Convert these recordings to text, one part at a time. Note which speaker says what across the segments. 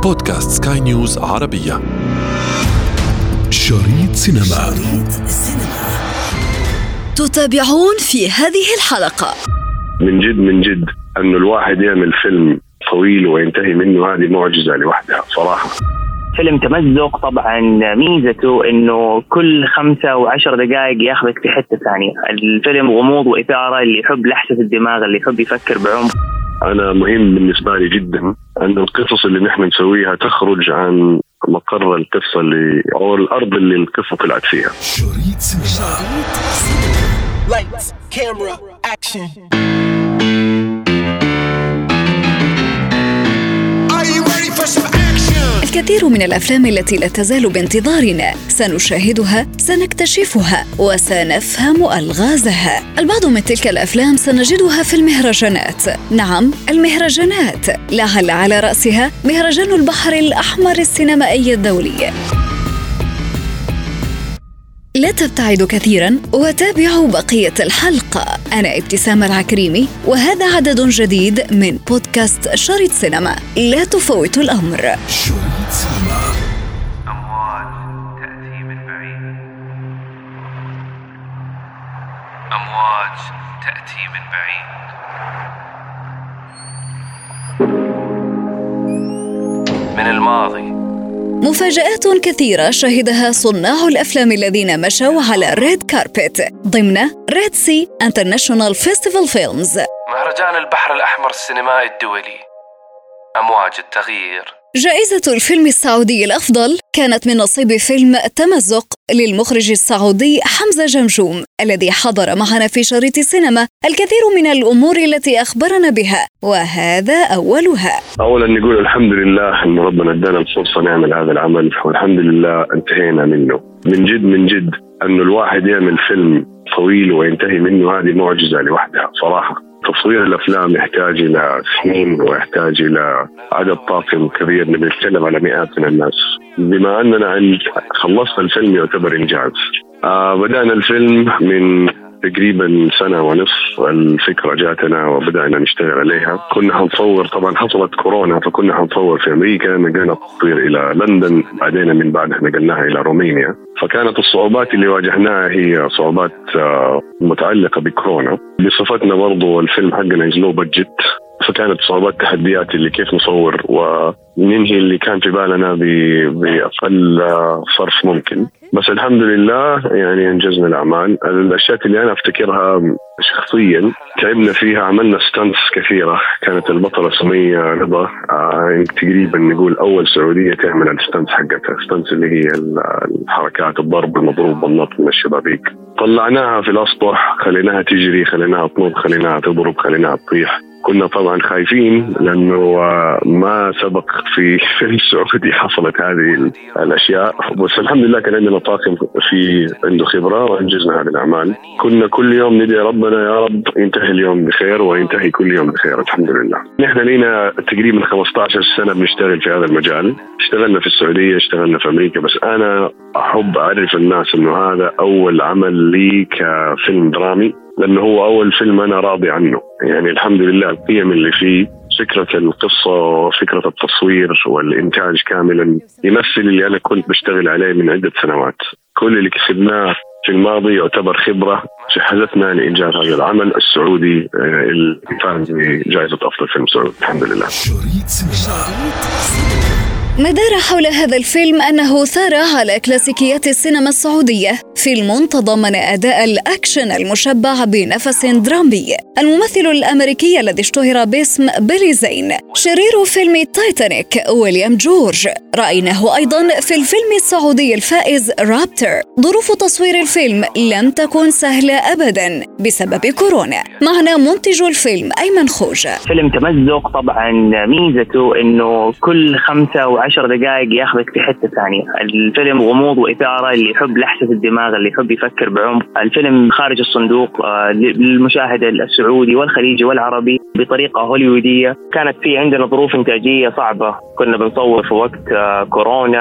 Speaker 1: بودكاست سكاي نيوز عربية. شريط سينما.
Speaker 2: تتابعون في هذه الحلقة.
Speaker 3: من جد أنه الواحد يعمل فيلم طويل وينتهي منه، هذه معجزة لوحدها صراحة.
Speaker 4: فيلم تمزق طبعا ميزته انه كل 5 أو 10 دقائق ياخذك في حتة ثانية. الفيلم غموض وإثارة، اللي يحب لحسة الدماغ، اللي يحب يفكر بعمق.
Speaker 3: أنا مهم بالنسبة لي جدا أن القصص اللي نحن نسويها تخرج عن مقر القصة أو الأرض اللي القصة طلعت فيها.
Speaker 1: شريط سينما.
Speaker 5: Lights, camera, action. Are you ready for some action?
Speaker 2: الكثير من الأفلام التي لا تزال بانتظارنا سنشاهدها، سنكتشفها وسنفهم ألغازها. البعض من تلك الأفلام سنجدها في المهرجانات. نعم، المهرجانات، لعل على رأسها مهرجان البحر الأحمر السينمائي الدولي. لا تبتعدوا كثيراً وتابعوا بقية الحلقة. أنا ابتسام العكريمي، وهذا عدد جديد من بودكاست شريط سينما. لا تفوتوا الأمر.
Speaker 1: شريط سينما.
Speaker 6: أمواج تأتي من بعيد، أمواج تأتي من بعيد، من الماضي.
Speaker 2: مفاجآت كثيرة شهدها صناع الأفلام الذين مشوا على ريد كاربت ضمن ريد سي انترناشونال فيستيفال فيلمز،
Speaker 6: مهرجان البحر الأحمر السينمائي الدولي. أمواج التغيير.
Speaker 2: جائزة الفيلم السعودي الأفضل كانت من نصيب فيلم تمزق للمخرج السعودي حمزة جمجوم، الذي حضر معنا في شريط السينما الكثير من الأمور التي أخبرنا بها، وهذا أولها.
Speaker 3: أولا نقول الحمد لله أن ربنا ادانا الفرصة نعمل هذا العمل، والحمد لله انتهينا منه. من جد أنه الواحد يعمل فيلم طويل وينتهي منه، هذه معجزة لوحدها صراحة. تصوير الأفلام يحتاج إلى سنين ويحتاج إلى عدد طاقم كبير، نتكلم على مئات من الناس. بما أننا خلصنا الفيلم يعتبر إنجاز. بدأنا الفيلم من تقريبا 1.5 سنة، الفكرة جاتنا وبدأنا نشتغل عليها. كنا هنصور، طبعا حصلت كورونا، فكنا هنصور في أمريكا، نقلنا التصوير إلى لندن، بعدين من بعدها نقلناها إلى رومانيا. فكانت الصعوبات اللي واجهناها هي صعوبات متعلقة بكورونا. بصفتنا برضو الفيلم حقنا يزلو بجت، فكانت صعوبات تحديات اللي كيف نصور وننهي اللي كان في بالنا بأقل صرف ممكن. بس الحمد لله يعني انجزنا الأعمال. الأشياء اللي أنا أفتكرها شخصيا تعبنا فيها، عملنا ستانتس كثيرة. كانت البطلة سمية رضا تقريبا نقول أول سعودية تعمل الستانتس حقتها، ستانتس اللي هي الحركات، الضرب، المضروب، النط من الشبابيك. طلعناها في الأسطح، خليناها تجري، خليناها تنط، خليناها تضرب، خليناها تطيح. كنا طبعا خايفين لأنه ما سبق في فيلم سعودي حصلت هذه الأشياء، بس الحمد لله كان عندنا طاقم عنده خبرة وأنجزنا هذه الأعمال. كنا كل يوم ندعي ربنا يا رب ينتهي اليوم بخير وينتهي كل يوم بخير الحمد لله. نحن لينا تقريبا 15 سنة بنشتغل في هذا المجال. اشتغلنا في السعودية، اشتغلنا في أمريكا، بس أنا أحب أعرف الناس إنه هذا أول عمل لي كفيلم درامي، لأنه هو أول فيلم أنا راضي عنه. يعني الحمد لله القيم اللي فيه، فكرة القصة وفكرة التصوير والإنتاج كاملا يمثل اللي أنا كنت بشتغل عليه من عدة سنوات. كل اللي كسبناه في الماضي يعتبر خبرة جهزتنا لإنجاز هذا العمل السعودي اللي فاز بجائزة أفضل فيلم سعودي الحمد لله.
Speaker 2: ما دار حول هذا الفيلم أنه ثار على كلاسيكيات السينما السعودية. فيلم تضمن أداء الأكشن المشبع بنفس درامي. الممثل الأمريكي الذي اشتهر باسم بيلي زين، شرير فيلم تايتانيك ويليام جورج، رأيناه أيضا في الفيلم السعودي الفائز رابتر. ظروف تصوير الفيلم لم تكن سهلة أبدا بسبب كورونا. معنا منتج الفيلم أيمن خوجة.
Speaker 4: فيلم تمزق طبعا ميزته إنه كل 5 أو 10 دقائق ياخذك في حتة ثانية. الفيلم غموض وإثارة، اللي يحب لحسة الدماغ، اللي يحب يفكر بعمق. الفيلم خارج الصندوق للمشاهد السعودي والخليجي والعربي بطريقة هوليوودية. كانت في عندنا ظروف إنتاجية صعبة، كنا بنصور في وقت كورونا،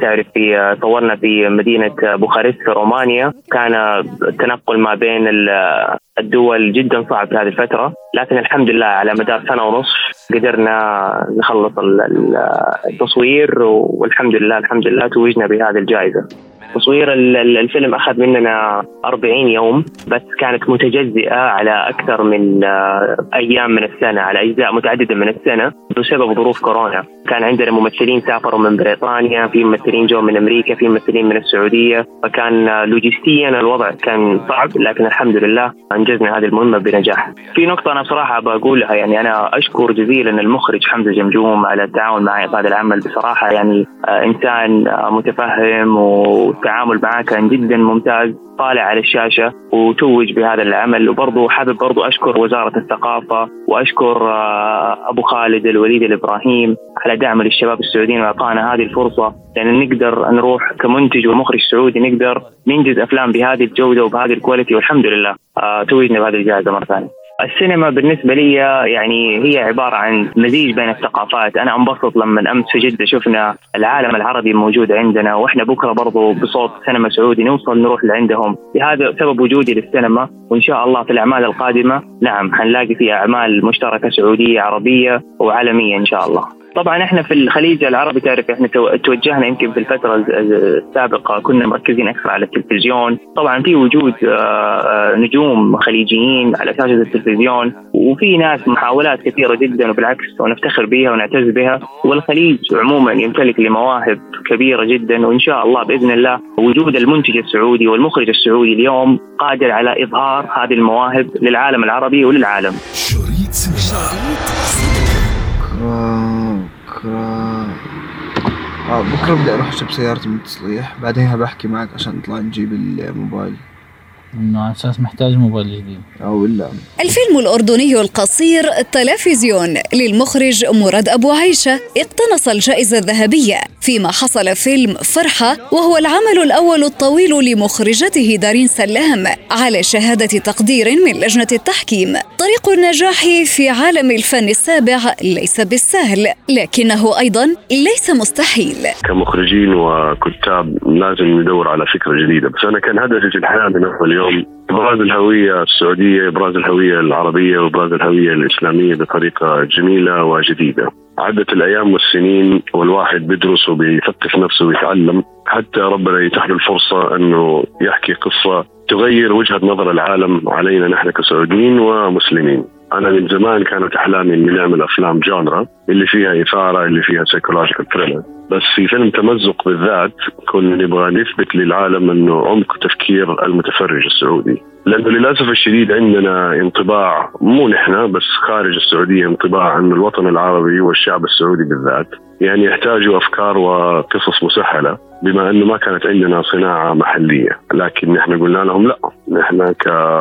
Speaker 4: تعرف صورنا في مدينة بوخارست في رومانيا. كان التنقل ما بين الدول جدا صعب في هذه الفترة، لكن الحمد لله على مدار سنة ونصف قدرنا نخلص التصوير، والحمد لله توجنا بهذه الجائزة. تصوير الفيلم أخذ مننا 40 يوم، بس كانت متجزئة على أكثر من أيام من السنة، على أجزاء متعددة من السنة بسبب ظروف كورونا. كان عندنا ممثلين سافروا من بريطانيا، في ممثلين جو من أمريكا، في ممثلين من السعودية، فكان لوجستيا الوضع كان صعب، لكن الحمد لله أنجزنا هذه المهمة بنجاح. في نقطة أنا بصراحة بقولها، يعني أنا أشكر جزيلا المخرج حمزة جمجوم على التعاون معي في هذا العمل. بصراحة يعني إنسان متفهم والتعامل معه كان جدا ممتاز، طالع على الشاشة وتوج بهذا العمل. وبرضو حابب برضو أشكر وزارة الثقافة وأشكر أبو خالد الوليد الإبراهيم على دعم للشباب السعوديين وإعطانا هذه الفرصة، لأن نقدر نروح كمنتج ومخرج سعودي نقدر ننجز أفلام بهذه الجودة وبهذه الكواليتي، والحمد لله توجنا بهذه الجائزة مرة ثانية. السينما بالنسبة لي يعني هي عبارة عن مزيج بين الثقافات. أنا أنبسط لما أمس في جدة شفنا العالم العربي موجود عندنا، وإحنا بكرة برضو بصوت سينما سعودي نروح لعندهم. لهذا سبب وجودي للسينما، وإن شاء الله في الأعمال القادمة نعم هنلاقي فيها أعمال مشتركة سعودية عربية وعالمية إن شاء الله. طبعا احنا في الخليج العربي تعرف احنا توجهنا يمكن في الفترة السابقة كنا مركزين اكثر على التلفزيون. طبعا في وجود نجوم خليجيين على شاشة التلفزيون، وفي ناس محاولات كثيرة جدا وبالعكس ونفتخر بها ونعتز بها. والخليج عموما يمتلك لمواهب كبيرة جدا، وان شاء الله بإذن الله وجود المنتج السعودي والمخرج السعودي اليوم قادر على إظهار هذه المواهب للعالم العربي وللعالم.
Speaker 7: بكرة بدي أروح أجيب سيارتي من التصليح، بعدين بحكي معك عشان نطلع نجيب الموبايل.
Speaker 8: إنه على أساس محتاج موبايل جديد
Speaker 7: أو لا.
Speaker 2: الفيلم الأردني القصير تلفزيون للمخرج مراد أبو عيشة اقتنص الجائزة الذهبية، فيما حصل فيلم فرحة وهو العمل الأول الطويل لمخرجته دارين سلام على شهادة تقدير من لجنة التحكيم. طريق النجاح في عالم الفن السابع ليس بالسهل، لكنه أيضا ليس مستحيل.
Speaker 3: كمخرجين وكتاب لازم ندور على فكرة جديدة، بس أنا كان هدفي في الحياة من أول يوم إبراز الهوية السعودية، إبراز الهوية العربية، وإبراز الهوية الإسلامية بطريقة جميلة وجديدة. عدت الأيام والسنين والواحد بيدرس وبيثقف نفسه ويتعلم، حتى ربنا يتيح له الفرصة أنه يحكي قصة تغير وجهة نظر العالم علينا نحن كسعوديين ومسلمين. أنا من زمان كانت أحلامي إني نعمل أفلام جانرا اللي فيها إثارة، اللي فيها سايكولوجيكال ثريلر، بس في فيلم تمزق بالذات كنا نبغى نثبت للعالم إنه عمق تفكير المتفرج السعودي. لأنه للأسف الشديد عندنا انطباع، مو نحن بس خارج السعودية، انطباع أن الوطن العربي والشعب السعودي بالذات يعني يحتاجوا أفكار وقصص مسهلة، بما أنه ما كانت عندنا صناعة محلية. لكن نحن قلنا لهم لا، نحن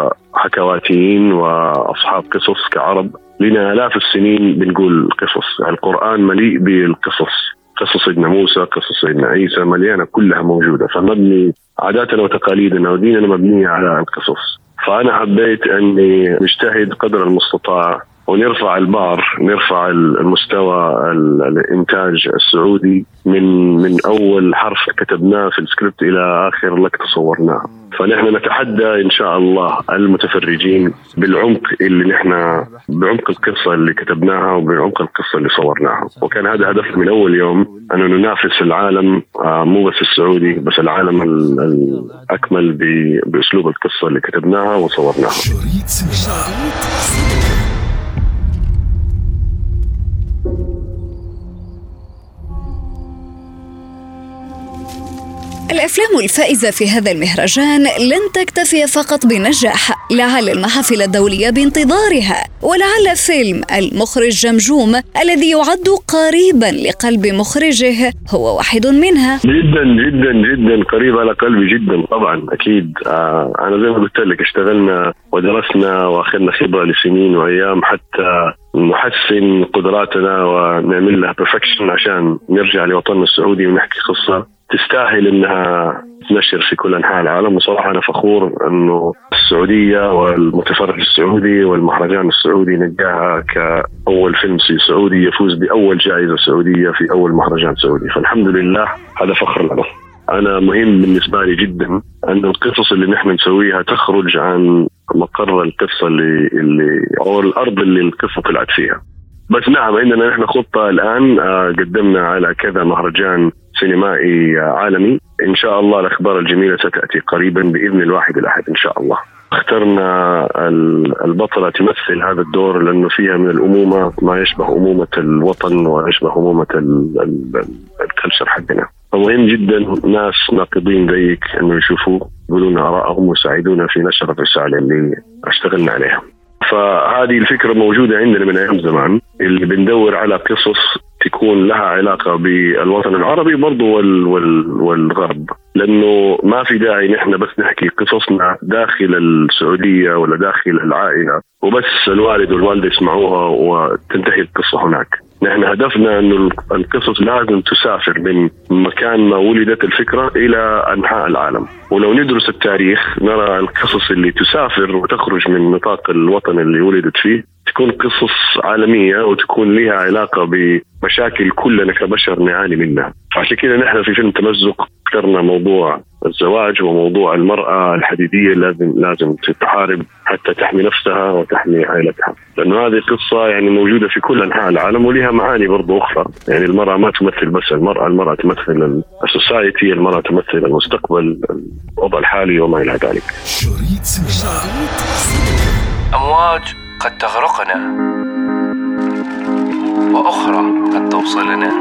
Speaker 3: كحكواتيين وأصحاب قصص كعرب لنا آلاف السنين بنقول قصص. القرآن مليء بالقصص، قصص سيدنا موسى، قصص سيدنا عيسى، مليانة كلها موجودة. فمبني عاداتنا وتقاليدنا وديننا مبنية على القصص. فأنا حبيت أني نجتهد قدر المستطاع ونرفع البار، نرفع المستوى الإنتاج السعودي من أول حرف كتبناه في السكريبت إلى آخر لقطة صورناها. فنحن نتحدى إن شاء الله المتفرجين بالعمق اللي نحن بعمق القصة اللي كتبناها وبعمق القصة اللي صورناها. وكان هذا هدف من أول يوم، أنه ننافس العالم، مو بس السعودي بس العالم الأكمل بأسلوب القصة اللي كتبناها وصورناها.
Speaker 2: الأفلام الفائزة في هذا المهرجان لن تكتفي فقط بالنجاح، لعل المحافل الدولية بانتظارها، ولعل فيلم المخرج جمجوم الذي يعد قريبا لقلب مخرجه هو واحد منها.
Speaker 3: جدا جدا جدا قريب على قلبي جدا طبعا أكيد. أنا زي ما قلت لك اشتغلنا ودرسنا وأخذنا خبرة لسنين وأيام حتى نحسن قدراتنا ونعمل لها perfection عشان نرجع لوطننا السعودي ونحكي قصة تستاهل إنها تنشر في كل أنحاء العالم. وصراحة أنا فخور أنه السعودية والمتفرج السعودي والمهرجان السعودي نجاها كأول فيلم سعودي يفوز بأول جائزة سعودية في أول مهرجان سعودي، فالحمد لله هذا فخر لنا. أنا مهم بالنسبة لي جدا أن القصص اللي نحن نسويها تخرج عن مقر القصة اللي أو الأرض اللي القصة طلعت فيها. بس نعم عندنا نحن خطة الآن، قدمنا على كذا مهرجان سينمائي عالمي. إن شاء الله الأخبار الجميلة ستأتي قريبا بإذن الواحد الأحد إن شاء الله. اخترنا البطلة تمثل هذا الدور لأنه فيها من الأمومة ما يشبه أمومة الوطن ويشبه أمومة الكلشر حقنا. فمهم جدا ناس ناقدين زيك أنه يشوفوا يقولون آرائهم ويساعدونا في نشر الرسالة اللي اشتغلنا عليها. فهذه الفكرة موجودة عندنا من أيام زمان، اللي بندور على قصص تكون لها علاقة بالوطن العربي برضو والغرب، لأنه ما في داعي نحن بس نحكي قصصنا داخل السعودية ولا داخل العائلة وبس الوالد والوالدة يسمعوها وتنتهي القصة هناك. نحن هدفنا أنه القصص لازم تسافر من مكان ما ولدت الفكرة إلى أنحاء العالم. ولو ندرس التاريخ نرى القصص اللي تسافر وتخرج من نطاق الوطن اللي ولدت فيه تكون قصص عالمية وتكون لها علاقة بمشاكل كلنا كبشر نعاني منها. فعشان كده نحن في فيلم تمزق اخترنا موضوع الزواج وموضوع المرأة الحديدية لازم تتحارب حتى تحمي نفسها وتحمي عائلتها، لأنه هذه قصة يعني موجودة في كل أنحاء العالم ولها معاني برضو أخرى. يعني المرأة ما تمثل بس المرأة تمثل السوسايتي، المرأة تمثل المستقبل، الوضع الحالي وما إلى ذلك.
Speaker 6: أمواج قد تغرقنا وأخرى قد توصلنا.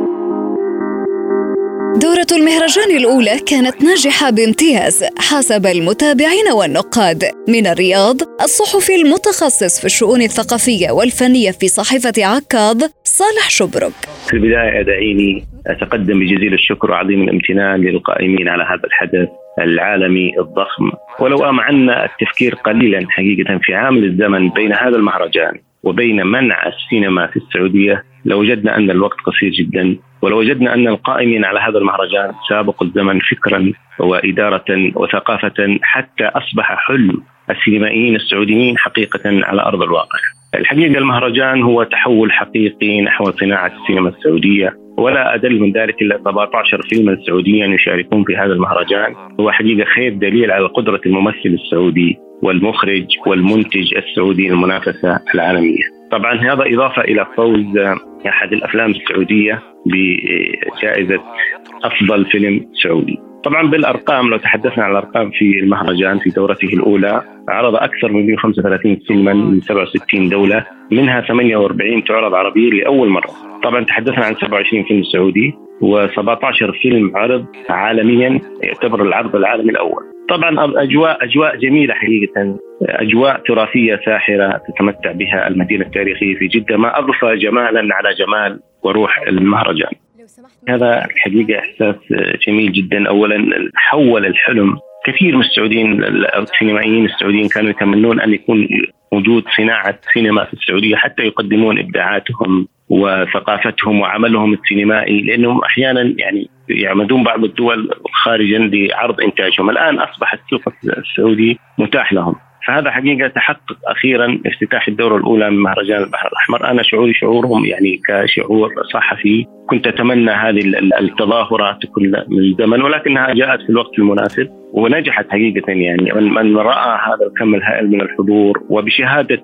Speaker 2: دورة المهرجان الأولى كانت ناجحة بامتياز حسب المتابعين والنقاد. من الرياض، الصحفي المتخصص في الشؤون الثقافية والفنية في صحيفة عكاظ صالح شبرك.
Speaker 9: في البداية دعيني أتقدم بجزيل الشكر وعظيم الامتنان للقائمين على هذا الحدث العالمي الضخم. ولو أمعنا التفكير قليلا حقيقة في عامل الزمن بين هذا المهرجان وبين منع السينما في السعودية لوجدنا أن الوقت قصير جدا، ولوجدنا أن القائمين على هذا المهرجان سابقوا الزمن فكرا وإدارة وثقافة حتى أصبح حلم السينمائيين السعوديين حقيقة على أرض الواقع. الحقيقة المهرجان هو تحول حقيقي نحو صناعة السينما السعودية، ولا أدل من ذلك إلا 17 فيلما سعوديا يشاركون في هذا المهرجان. هو حقيقة خير دليل على قدرة الممثل السعودي والمخرج والمنتج السعودي المنافسة العالمية. طبعا هذا إضافة إلى فوز أحد الأفلام السعودية بجائزة أفضل فيلم سعودي. طبعا بالأرقام، لو تحدثنا عن الأرقام في المهرجان في دورته الأولى، عرض أكثر من 135 فيلما من 67 دولة، منها 48 تعرض عربية لأول مرة. طبعا تحدثنا عن 27 فيلم سعودي و17 فيلم عرض عالميا يعتبر العرض العالمي الأول. طبعا أجواء جميلة حقيقة، أجواء تراثية ساحرة تتمتع بها المدينة التاريخية في جدة، ما أضفى جمالا على جمال وروح المهرجان. هذا الحقيقة إحساس جميل جدا. أولا حول الحلم كثير من السعوديين، السينمائيين السعوديين كانوا يتمنون أن يكون وجود صناعة سينما في السعودية حتى يقدمون إبداعاتهم وثقافتهم وعملهم السينمائي، لأنهم أحيانا يعني يعمدون بعض الدول خارجا لعرض إنتاجهم. الآن أصبح السوق السعودي متاح لهم، فهذا حقيقة تحقق أخيرا افتتاح الدورة الأولى من مهرجان البحر الأحمر. أنا شعورهم يعني كشعور صحفي كنت أتمنى هذه التظاهرات كل من زمن، ولكنها جاءت في الوقت المناسب ونجحت حقيقة. يعني من رأى هذا الكم الهائل من الحضور وبشهادة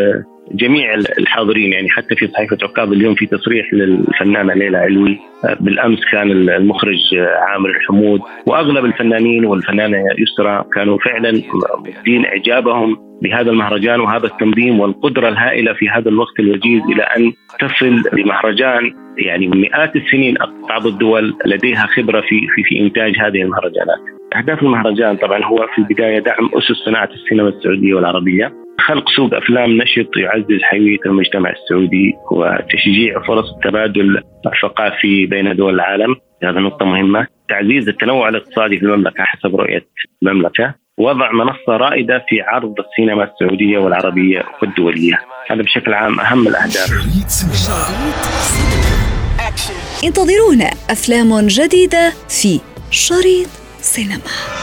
Speaker 9: جميع الحاضرين، يعني حتى في صحيفة عكاظ اليوم في تصريح للفنانة ليلى علوي، بالأمس كان المخرج عامر الحمود، وأغلب الفنانين والفنانة يسرى كانوا فعلا مبدين إعجابهم بهذا المهرجان وهذا التنظيم والقدرة الهائلة في هذا الوقت الوجيز إلى أن تصل لمهرجان يعني مئات السنين بعض الدول لديها خبرة في إنتاج هذه المهرجانات. أهداف المهرجان طبعا هو في البداية دعم أسس صناعة السينما السعودية والعربية، خلق سوق أفلام نشط يعزز حيوية المجتمع السعودي، وتشجيع فرص التبادل الثقافي بين دول العالم، هذا نقطة مهمة، تعزيز التنوع الاقتصادي في المملكة حسب رؤية المملكة، وضع منصة رائدة في عرض السينما السعودية والعربية والدولية. هذا بشكل عام أهم الأهداف.
Speaker 2: انتظرونا أفلام جديدة في شريط سينما.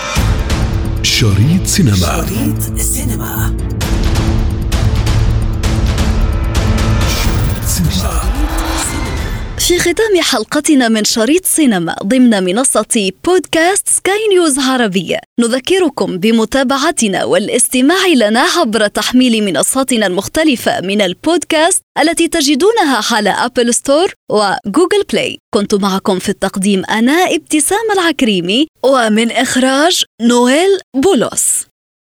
Speaker 1: شريط سينما.
Speaker 5: شريط السينما.
Speaker 2: في ختام حلقتنا من شريط سينما ضمن منصة بودكاست سكاي نيوز عربية، نذكركم بمتابعتنا والاستماع لنا عبر تحميل منصاتنا المختلفة من البودكاست التي تجدونها على أبل ستور وجوجل بلاي. كنت معكم في التقديم أنا ابتسام العكريمي، ومن إخراج نويل بولوس.